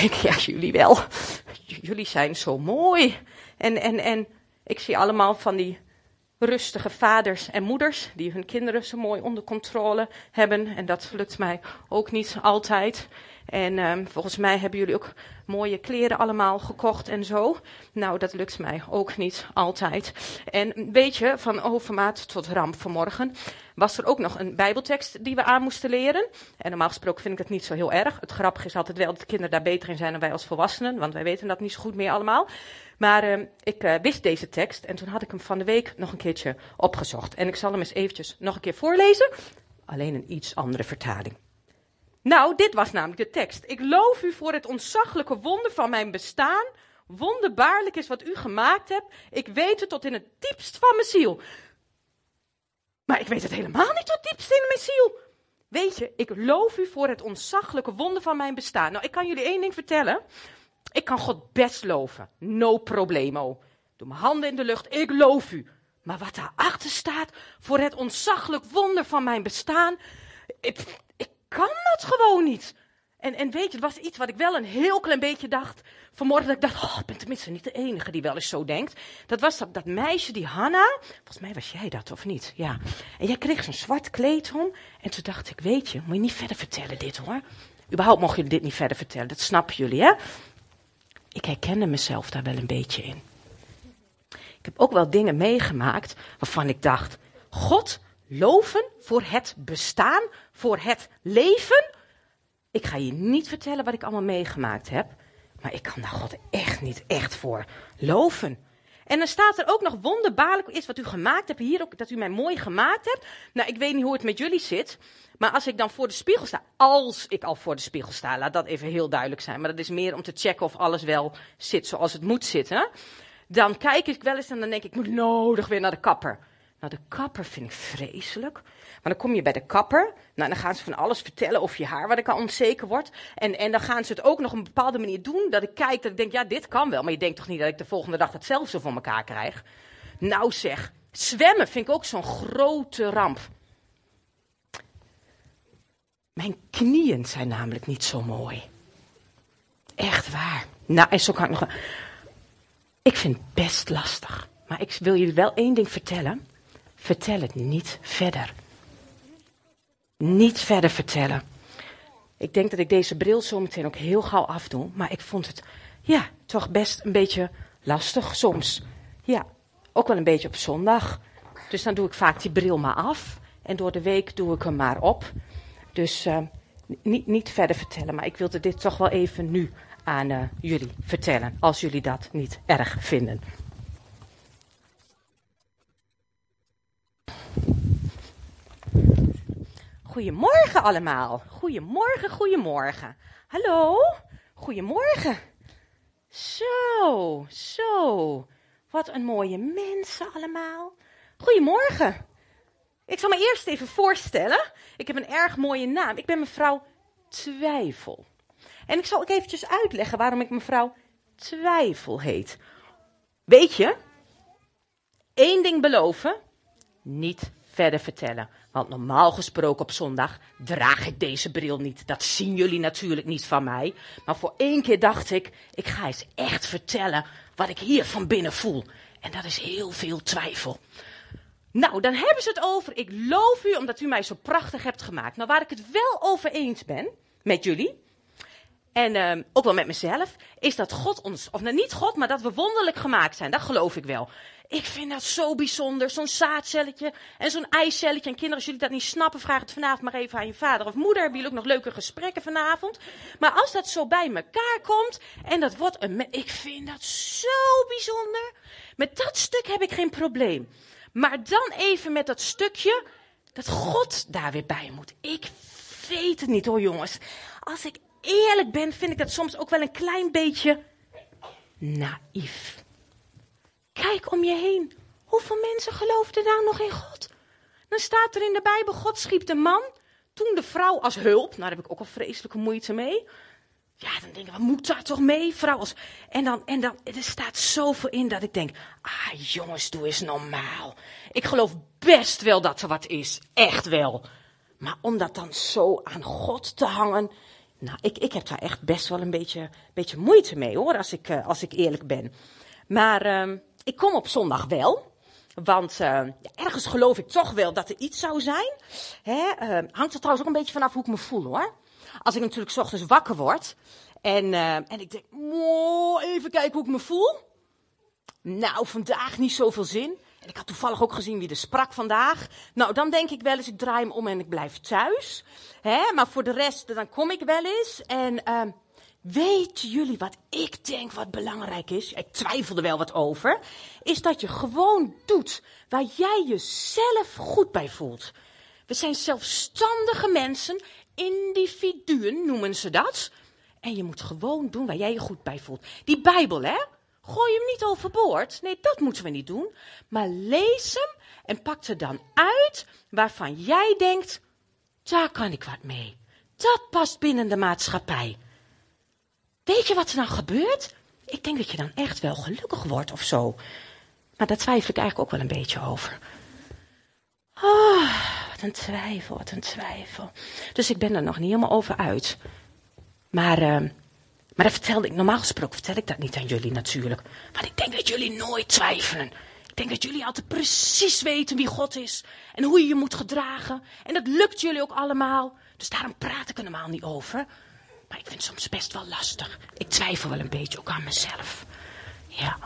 denk, ja, jullie wel. Jullie zijn zo mooi. En ik zie allemaal van die rustige vaders en moeders die hun kinderen zo mooi onder controle hebben. En dat lukt mij ook niet altijd. En volgens mij hebben jullie ook mooie kleren allemaal gekocht en zo. Nou, dat lukt mij ook niet altijd. En weet je, van overmaat tot ramp vanmorgen was er ook nog een bijbeltekst die we aan moesten leren. En normaal gesproken vind ik het niet zo heel erg. Het grappige is altijd wel dat de kinderen daar beter in zijn dan wij als volwassenen. Want wij weten dat niet zo goed meer allemaal. Maar ik wist deze tekst en toen had ik hem van de week nog een keertje opgezocht. En ik zal hem eens eventjes nog een keer voorlezen. Alleen een iets andere vertaling. Nou, dit was namelijk de tekst. Ik loof u voor het ontzaglijke wonder van mijn bestaan. Wonderbaarlijk is wat u gemaakt hebt. Ik weet het tot in het diepst van mijn ziel. Maar ik weet het helemaal niet tot diepst in mijn ziel. Weet je, ik loof u voor het ontzaglijke wonder van mijn bestaan. Nou, ik kan jullie één ding vertellen. Ik kan God best loven. No problemo. Doe mijn handen in de lucht. Ik loof u. Maar wat daarachter staat, voor het ontzaglijk wonder van mijn bestaan. Ik kan dat gewoon niet. En weet je, het was iets wat ik wel een heel klein beetje dacht. Vanmorgen dat ik dacht, ik ben tenminste niet de enige die wel eens zo denkt. Dat was dat meisje, die Hanna. Volgens mij was jij dat, of niet? Ja. En jij kreeg zo'n zwart kleed om. En toen dacht ik, weet je, moet je niet verder vertellen dit hoor. Überhaupt mogen jullie dit niet verder vertellen. Dat snappen jullie, hè? Ik herkende mezelf daar wel een beetje in. Ik heb ook wel dingen meegemaakt waarvan ik dacht, God loven voor het bestaan, voor het leven. Ik ga je niet vertellen wat ik allemaal meegemaakt heb, maar ik kan daar God echt niet echt voor loven. En dan staat er ook nog wonderbaarlijk is wat u gemaakt hebt, hier ook dat u mij mooi gemaakt hebt. Nou, ik weet niet hoe het met jullie zit, maar als ik dan voor de spiegel sta, als ik al voor de spiegel sta, laat dat even heel duidelijk zijn, maar dat is meer om te checken of alles wel zit zoals het moet zitten. Dan kijk ik wel eens en dan denk ik moet nodig weer naar de kapper. Nou, de kapper vind ik vreselijk. Maar dan kom je bij de kapper. Nou, dan gaan ze van alles vertellen over je haar, waar ik al onzeker word. En dan gaan ze het ook nog op een bepaalde manier doen. Dat ik kijk, dat ik denk, ja, dit kan wel. Maar je denkt toch niet dat ik de volgende dag dat zelf zo voor elkaar krijg? Nou zeg, zwemmen vind ik ook zo'n grote ramp. Mijn knieën zijn namelijk niet zo mooi. Echt waar. Nou, en zo kan ik nog... Ik vind het best lastig. Maar ik wil jullie wel één ding vertellen. Vertel het niet verder. Niet verder vertellen. Ik denk dat ik deze bril zo meteen ook heel gauw afdoe. Maar ik vond het, ja, toch best een beetje lastig soms. Ja, ook wel een beetje op zondag. Dus dan doe ik vaak die bril maar af. En door de week doe ik hem maar op. Dus niet verder vertellen. Maar ik wilde dit toch wel even nu aan jullie vertellen. Als jullie dat niet erg vinden. Goedemorgen allemaal. Goedemorgen, goedemorgen. Hallo, goedemorgen. Zo. Wat een mooie mensen allemaal. Goedemorgen. Ik zal me eerst even voorstellen. Ik heb een erg mooie naam. Ik ben mevrouw Twijfel. En ik zal ook eventjes uitleggen waarom ik mevrouw Twijfel heet. Weet je, één ding beloven, niet verder vertellen. Want normaal gesproken op zondag draag ik deze bril niet. Dat zien jullie natuurlijk niet van mij. Maar voor één keer dacht ik ga eens echt vertellen wat ik hier van binnen voel. En dat is heel veel twijfel. Nou, dan hebben ze het over, ik loof u omdat u mij zo prachtig hebt gemaakt. Nou, waar ik het wel over eens ben met jullie, en ook wel met mezelf, is dat God ons, of nou niet God, maar dat we wonderlijk gemaakt zijn. Dat geloof ik wel. Ik vind dat zo bijzonder, zo'n zaadcelletje en zo'n eicelletje. En kinderen, als jullie dat niet snappen, vraag het vanavond maar even aan je vader of moeder. Hebben jullie ook nog leuke gesprekken vanavond? Maar als dat zo bij elkaar komt en dat wordt ik vind dat zo bijzonder. Met dat stuk heb ik geen probleem. Maar dan even met dat stukje, dat God daar weer bij moet. Ik weet het niet hoor jongens. Als ik eerlijk ben, vind ik dat soms ook wel een klein beetje naïef. Kijk om je heen. Hoeveel mensen geloofden daar nog in God? Dan staat er in de Bijbel, God schiep de man, toen de vrouw als hulp. Nou, daar heb ik ook al vreselijke moeite mee. Ja, dan denk ik, wat moet daar toch mee, vrouw? En dan, er staat zoveel in dat ik denk, jongens, doe eens normaal. Ik geloof best wel dat er wat is, echt wel. Maar om dat dan zo aan God te hangen, Nou, ik heb daar echt best wel een beetje moeite mee, hoor, als ik eerlijk ben. Maar ik kom op zondag wel. Want ergens geloof ik toch wel dat er iets zou zijn. Hangt er trouwens ook een beetje vanaf hoe ik me voel, hoor. Als ik natuurlijk 's ochtends wakker word. En ik denk, even kijken hoe ik me voel. Nou, vandaag niet zoveel zin. En ik had toevallig ook gezien wie er sprak vandaag. Nou, dan denk ik wel eens, ik draai hem om en ik blijf thuis. Maar voor de rest, dan kom ik wel eens. En weten jullie wat ik denk wat belangrijk is? Ik twijfel er wel wat over. Is dat je gewoon doet waar jij jezelf goed bij voelt. We zijn zelfstandige mensen, individuen noemen ze dat. En je moet gewoon doen waar jij je goed bij voelt. Die Bijbel, gooi hem niet overboord. Nee, dat moeten we niet doen. Maar lees hem en pak er dan uit waarvan jij denkt, daar kan ik wat mee. Dat past binnen de maatschappij. Weet je wat er dan gebeurt? Ik denk dat je dan echt wel gelukkig wordt of zo. Maar daar twijfel ik eigenlijk ook wel een beetje over. Wat een twijfel. Dus ik ben er nog niet helemaal over uit. Maar dat vertelde ik, normaal gesproken vertel ik dat niet aan jullie natuurlijk. Want ik denk dat jullie nooit twijfelen. Ik denk dat jullie altijd precies weten wie God is. En hoe je je moet gedragen. En dat lukt jullie ook allemaal. Dus daarom praat ik er normaal niet over. Maar ik vind het soms best wel lastig. Ik twijfel wel een beetje ook aan mezelf. Ja.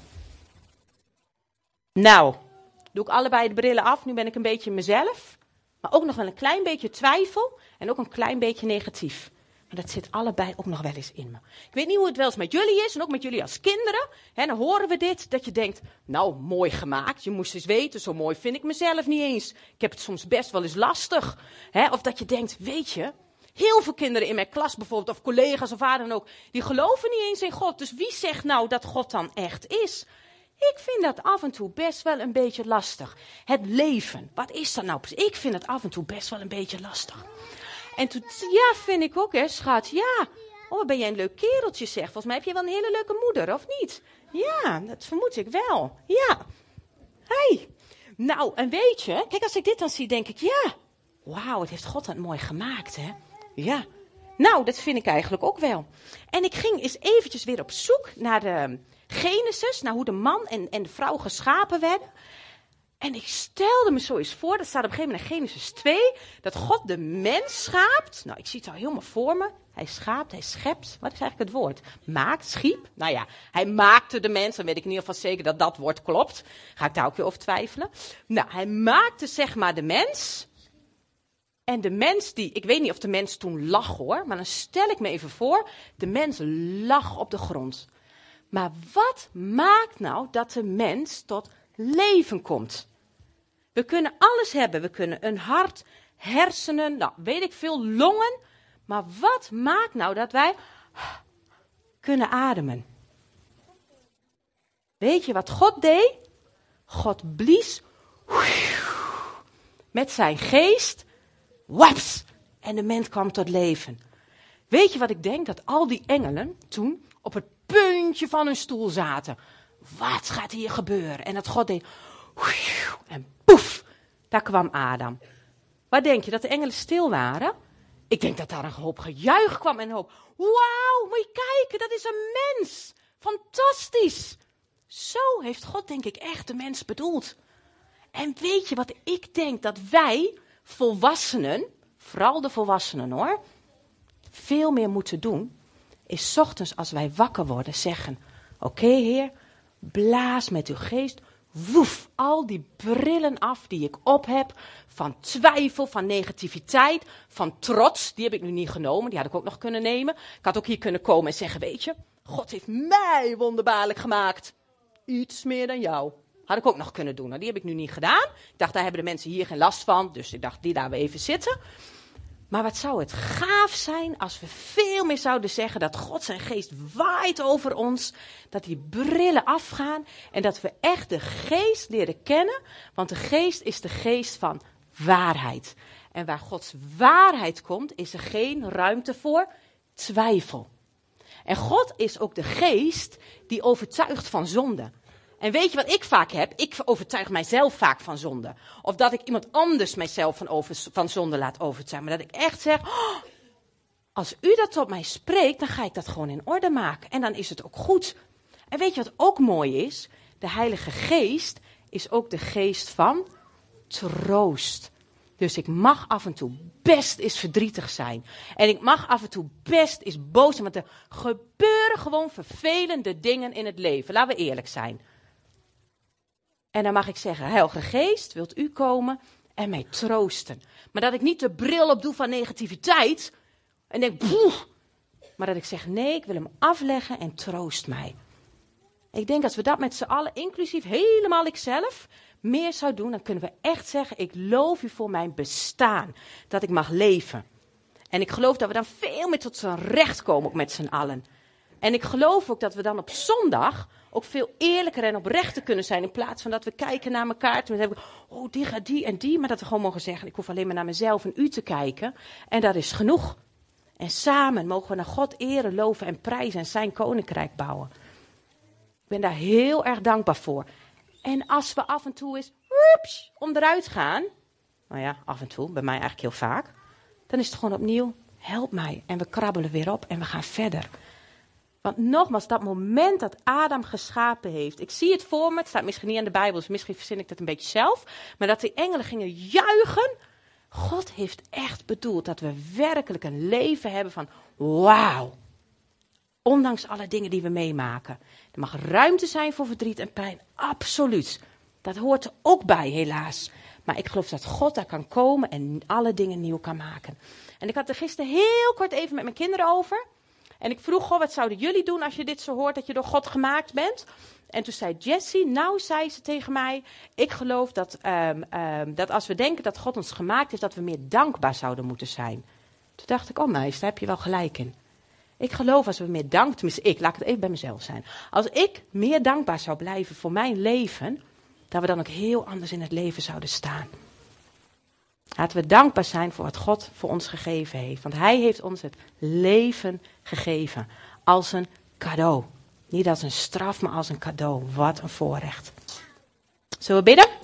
Nou, doe ik allebei de brillen af. Nu ben ik een beetje mezelf. Maar ook nog wel een klein beetje twijfel. En ook een klein beetje negatief. Maar dat zit allebei ook nog wel eens in me. Ik weet niet hoe het wel eens met jullie is. En ook met jullie als kinderen. Dan horen we dit. Dat je denkt, nou, mooi gemaakt. Je moest eens weten, zo mooi vind ik mezelf niet eens. Ik heb het soms best wel eens lastig. Of dat je denkt, weet je, heel veel kinderen in mijn klas bijvoorbeeld, of collega's of waar dan ook, die geloven niet eens in God. Dus wie zegt nou dat God dan echt is? Ik vind dat af en toe best wel een beetje lastig. Het leven, wat is dat nou? Ik vind het af en toe best wel een beetje lastig. En toen, ja, vind ik ook, schat. Ja, ben jij een leuk kereltje, zeg. Volgens mij heb je wel een hele leuke moeder, of niet? Ja, dat vermoed ik wel. Ja. Hey. Nou, en weet je, kijk, als ik dit dan zie, denk ik, ja. Wauw, het heeft God dat mooi gemaakt, hè? Ja. Nou, dat vind ik eigenlijk ook wel. En ik ging eens eventjes weer op zoek naar de Genesis, naar hoe de man en de vrouw geschapen werden. En ik stelde me zo eens voor, dat staat op een gegeven moment in Genesis 2, dat God de mens schaapt. Nou, ik zie het al helemaal voor me. Hij schaapt, hij schept. Wat is eigenlijk het woord? Maakt, schiep. Nou ja, hij maakte de mens. Dan weet ik in ieder geval zeker dat dat woord klopt. Ga ik daar ook weer over twijfelen. Nou, hij maakte zeg maar de mens. En de mens ik weet niet of de mens toen lag hoor, maar dan stel ik me even voor, de mens lag op de grond. Maar wat maakt nou dat de mens tot leven komt? We kunnen alles hebben. We kunnen een hart, hersenen, nou weet ik veel, longen. Maar wat maakt nou dat wij kunnen ademen? Weet je wat God deed? God blies met zijn geest. Waps! En de mens kwam tot leven. Weet je wat ik denk? Dat al die engelen toen op het puntje van hun stoel zaten. Wat gaat hier gebeuren? En dat God deed. En poef! Daar kwam Adam. Wat denk je? Dat de engelen stil waren? Ik denk dat daar een hoop gejuich kwam en een hoop. Wauw, moet je kijken, dat is een mens. Fantastisch. Zo heeft God denk ik echt de mens bedoeld. En weet je wat ik denk? Dat wij volwassenen, vooral de volwassenen hoor, veel meer moeten doen, is 's ochtends als wij wakker worden zeggen, oké, Heer, blaas met uw geest, woef, al die brillen af die ik op heb, van twijfel, van negativiteit, van trots, die heb ik nu niet genomen, die had ik ook nog kunnen nemen. Ik had ook hier kunnen komen en zeggen, weet je, God heeft mij wonderbaarlijk gemaakt. Iets meer dan jou. Had ik ook nog kunnen doen. Nou, die heb ik nu niet gedaan. Ik dacht, daar hebben de mensen hier geen last van. Dus ik dacht, die laten we even zitten. Maar wat zou het gaaf zijn als we veel meer zouden zeggen dat God zijn geest waait over ons. Dat die brillen afgaan. En dat we echt de geest leren kennen. Want de geest is de geest van waarheid. En waar Gods waarheid komt, is er geen ruimte voor twijfel. En God is ook de geest die overtuigt van zonde. En weet je wat ik vaak heb? Ik overtuig mijzelf vaak van zonde. Of dat ik iemand anders mijzelf van zonde laat overtuigen. Maar dat ik echt zeg, als u dat tot mij spreekt, dan ga ik dat gewoon in orde maken. En dan is het ook goed. En weet je wat ook mooi is? De Heilige Geest is ook de geest van troost. Dus ik mag af en toe best eens verdrietig zijn. En ik mag af en toe best eens boos zijn. Want er gebeuren gewoon vervelende dingen in het leven. Laten we eerlijk zijn. En dan mag ik zeggen, Heilige Geest, wilt u komen en mij troosten. Maar dat ik niet de bril op doe van negativiteit. En denk, maar dat ik zeg, nee, ik wil hem afleggen en troost mij. Ik denk als we dat met z'n allen, inclusief helemaal ikzelf, meer zou doen, dan kunnen we echt zeggen, ik loof u voor mijn bestaan. Dat ik mag leven. En ik geloof dat we dan veel meer tot zijn recht komen, ook met z'n allen. En ik geloof ook dat we dan op zondag ook veel eerlijker en oprechter kunnen zijn. In plaats van dat we kijken naar elkaar. Toen hebben we, die gaat die en die. Maar dat we gewoon mogen zeggen, ik hoef alleen maar naar mezelf en u te kijken. En dat is genoeg. En samen mogen we naar God eren, loven en prijzen en zijn koninkrijk bouwen. Ik ben daar heel erg dankbaar voor. En als we af en toe eens onderuit gaan. Nou ja, af en toe, bij mij eigenlijk heel vaak. Dan is het gewoon opnieuw, help mij. En we krabbelen weer op en we gaan verder. Want nogmaals, dat moment dat Adam geschapen heeft. Ik zie het voor me, het staat misschien niet aan de Bijbel, dus misschien verzin ik dat een beetje zelf. Maar dat die engelen gingen juichen. God heeft echt bedoeld dat we werkelijk een leven hebben van wauw. Ondanks alle dingen die we meemaken. Er mag ruimte zijn voor verdriet en pijn, absoluut. Dat hoort er ook bij, helaas. Maar ik geloof dat God daar kan komen en alle dingen nieuw kan maken. En ik had er gisteren heel kort even met mijn kinderen over. En ik vroeg, wat zouden jullie doen als je dit zo hoort, dat je door God gemaakt bent? En toen zei Jessie, zei ze tegen mij, ik geloof dat als we denken dat God ons gemaakt heeft, dat we meer dankbaar zouden moeten zijn. Toen dacht ik, meis, daar heb je wel gelijk in. Ik geloof als we meer laat ik het even bij mezelf zijn. Als ik meer dankbaar zou blijven voor mijn leven, dat we dan ook heel anders in het leven zouden staan. Laten we dankbaar zijn voor wat God voor ons gegeven heeft. Want hij heeft ons het leven gegeven. Als een cadeau. Niet als een straf, maar als een cadeau. Wat een voorrecht. Zullen we bidden?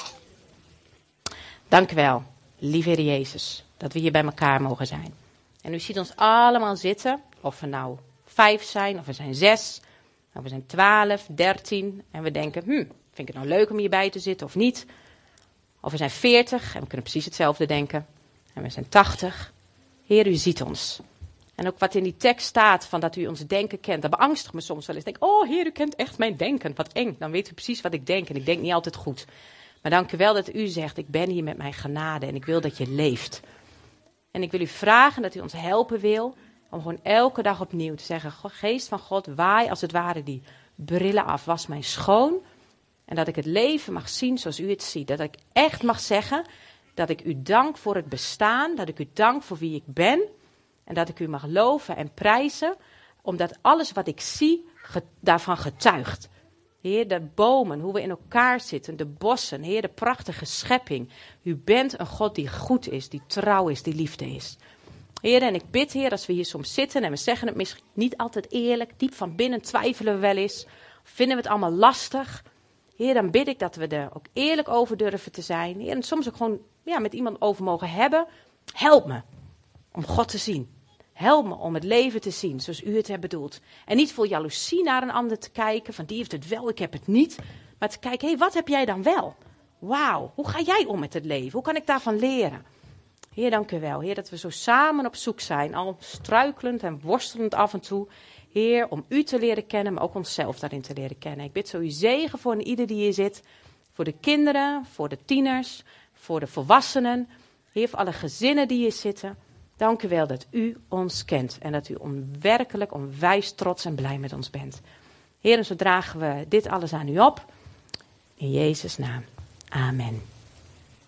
Dank u wel, lieve Heer Jezus, dat we hier bij elkaar mogen zijn. En u ziet ons allemaal zitten. Of we nou 5 zijn, of we zijn 6, of we zijn 12, 13. En we denken, vind ik het nou leuk om hierbij te zitten of niet? Of we zijn 40 en we kunnen precies hetzelfde denken. En we zijn 80. Heer, u ziet ons. En ook wat in die tekst staat van dat u ons denken kent. Dat beangstigt me soms wel eens. Ik denk, Heer, u kent echt mijn denken. Wat eng. Dan weet u precies wat ik denk. En ik denk niet altijd goed. Maar dank u wel dat u zegt, ik ben hier met mijn genade. En ik wil dat je leeft. En ik wil u vragen dat u ons helpen wil. Om gewoon elke dag opnieuw te zeggen, Geest van God, waai als het ware die brillen af. Was mij schoon. En dat ik het leven mag zien zoals u het ziet. Dat ik echt mag zeggen dat ik u dank voor het bestaan. Dat ik u dank voor wie ik ben. En dat ik u mag loven en prijzen. Omdat alles wat ik zie daarvan getuigt. Heer, de bomen, hoe we in elkaar zitten. De bossen, Heer, de prachtige schepping. U bent een God die goed is, die trouw is, die liefde is. Heer, en ik bid, Heer, als we hier soms zitten en we zeggen het misschien niet altijd eerlijk. Diep van binnen twijfelen we wel eens. Vinden we het allemaal lastig. Heer, dan bid ik dat we er ook eerlijk over durven te zijn. Heer, en soms ook gewoon met iemand over mogen hebben. Help me om God te zien. Help me om het leven te zien zoals u het hebt bedoeld. En niet vol jaloezie naar een ander te kijken. Van die heeft het wel, ik heb het niet. Maar te kijken, wat heb jij dan wel? Wauw, hoe ga jij om met het leven? Hoe kan ik daarvan leren? Heer, dank u wel. Heer, dat we zo samen op zoek zijn. Al struikelend en worstelend af en toe. Heer, om u te leren kennen, maar ook onszelf daarin te leren kennen. Ik bid zo uw zegen voor ieder die hier zit. Voor de kinderen, voor de tieners, voor de volwassenen. Heer, voor alle gezinnen die hier zitten. Dank u wel dat u ons kent. En dat u werkelijk onwijs trots en blij met ons bent. Heer, en zo dragen we dit alles aan u op. In Jezus' naam. Amen.